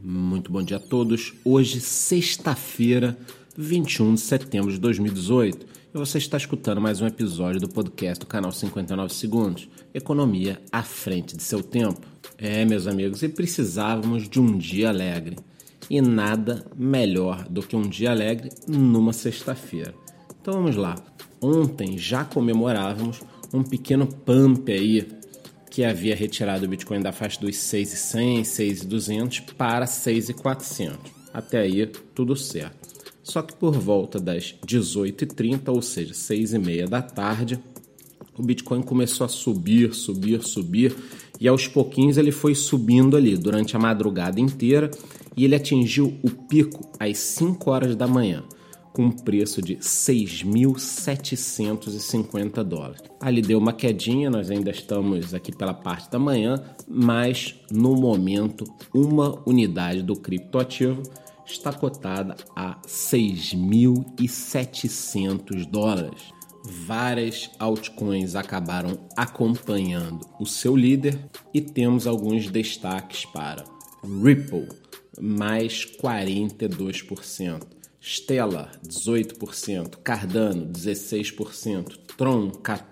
Muito bom dia a todos. Hoje, sexta-feira, 21 de setembro de 2018, e você está escutando mais um episódio do podcast do canal 59 Segundos, Economia à frente de seu tempo. Meus amigos, e precisávamos de um dia alegre. E nada melhor do que um dia alegre numa sexta-feira. Então vamos lá. Ontem já comemorávamos um pequeno pump aí, que havia retirado o Bitcoin da faixa dos 6.100, 6.200 para 6.400. Até aí, tudo certo. Só que por volta das 18h30, ou seja, 6h30 da tarde, o Bitcoin começou a subir, e aos pouquinhos ele foi subindo ali durante a madrugada inteira e ele atingiu o pico às 5 horas da manhã, com um preço de $6.750. Ali deu uma quedinha, nós ainda estamos aqui pela parte da manhã, mas no momento uma unidade do criptoativo está cotada a $6.700. Várias altcoins acabaram acompanhando o seu líder e temos alguns destaques para Ripple, mais 42%. Stellar, 18%, Cardano, 16%, Tron,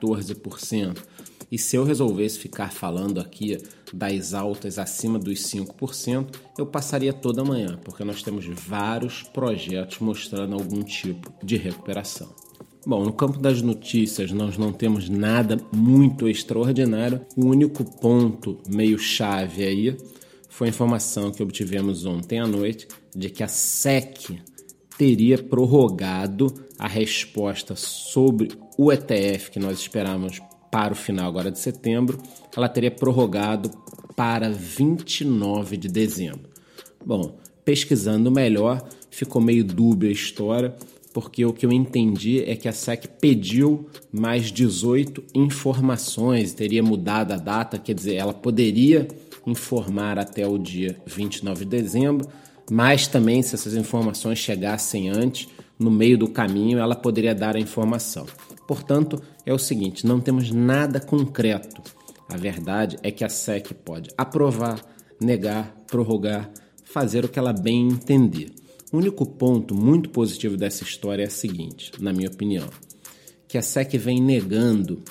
14%. E se eu resolvesse ficar falando aqui das altas acima dos 5%, eu passaria toda manhã, porque nós temos vários projetos mostrando algum tipo de recuperação. Bom, no campo das notícias nós não temos nada muito extraordinário. O único ponto meio chave aí foi a informação que obtivemos ontem à noite de que a SEC teria prorrogado a resposta sobre o ETF que nós esperávamos para o final agora de setembro. Ela teria prorrogado para 29 de dezembro. Bom, pesquisando melhor, ficou meio dúbia a história, porque o que eu entendi é que a SEC pediu mais 18 informações, teria mudado a data, quer dizer, ela poderia informar até o dia 29 de dezembro, mas também se essas informações chegassem antes, no meio do caminho, ela poderia dar a informação. Portanto, é o seguinte, não temos nada concreto. A verdade é que a SEC pode aprovar, negar, prorrogar, fazer o que ela bem entender. O único ponto muito positivo dessa história é o seguinte, na minha opinião, que a SEC vem negando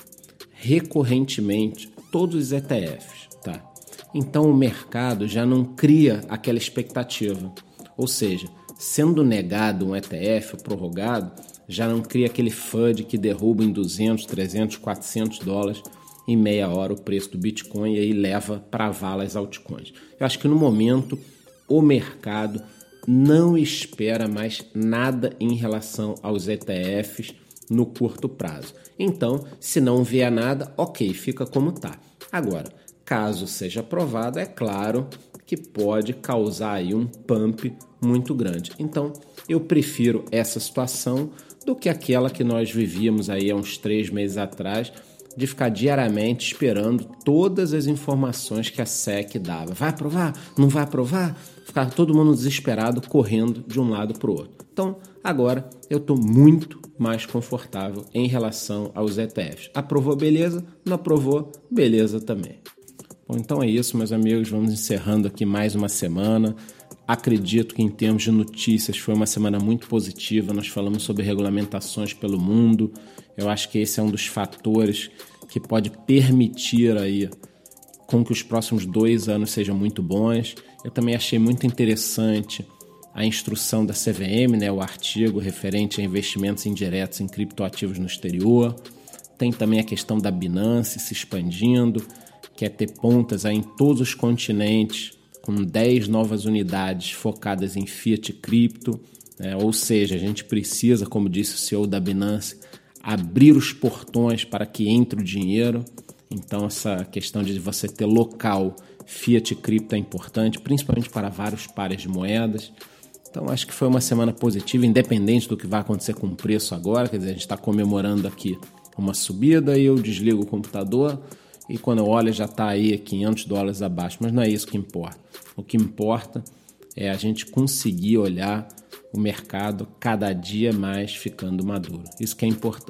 recorrentemente todos os ETFs, tá? Então o mercado já não cria aquela expectativa. Ou seja, sendo negado um ETF prorrogado, já não cria aquele FUD que derruba em 200, 300, 400 dólares em meia hora o preço do Bitcoin e aí leva para a vala as altcoins. Eu acho que no momento o mercado não espera mais nada em relação aos ETFs no curto prazo. Então, se não vier nada, ok, fica como está. Agora, caso seja aprovado, é claro que pode causar aí um pump muito grande. Então, eu prefiro essa situação do que aquela que nós vivíamos aí há uns 3 meses atrás, de ficar diariamente esperando todas as informações que a SEC dava. Vai aprovar? Não vai aprovar? Ficar todo mundo desesperado, correndo de um lado para o outro. Então, agora eu estou muito mais confortável em relação aos ETFs. Aprovou, beleza? Não aprovou, beleza também. Bom, então é isso, meus amigos. Vamos encerrando aqui mais uma semana. Acredito que em termos de notícias foi uma semana muito positiva. Nós falamos sobre regulamentações pelo mundo. Eu acho que esse é um dos fatores que pode permitir aí com que os próximos 2 anos sejam muito bons. Eu também achei muito interessante a instrução da CVM, né, o artigo referente a investimentos indiretos em criptoativos no exterior. Tem também a questão da Binance se expandindo, que é ter pontas aí em todos os continentes, com 10 novas unidades focadas em Fiat Cripto, ou seja, a gente precisa, como disse o CEO da Binance, abrir os portões para que entre o dinheiro. Então essa questão de você ter local Fiat Cripto é importante, principalmente para vários pares de moedas. Então acho que foi uma semana positiva, independente do que vai acontecer com o preço agora. Quer dizer, a gente está comemorando aqui uma subida e eu desligo o computador e quando eu olho já está aí $500 abaixo, mas não é isso que importa. O que importa é a gente conseguir olhar o mercado cada dia mais ficando maduro. Isso que é importante.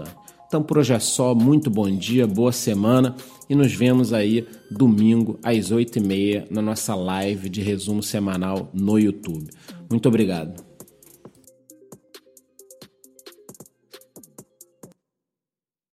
Então por hoje é só, muito bom dia, boa semana e nos vemos aí domingo às 8h30 na nossa live de resumo semanal no YouTube. Muito obrigado.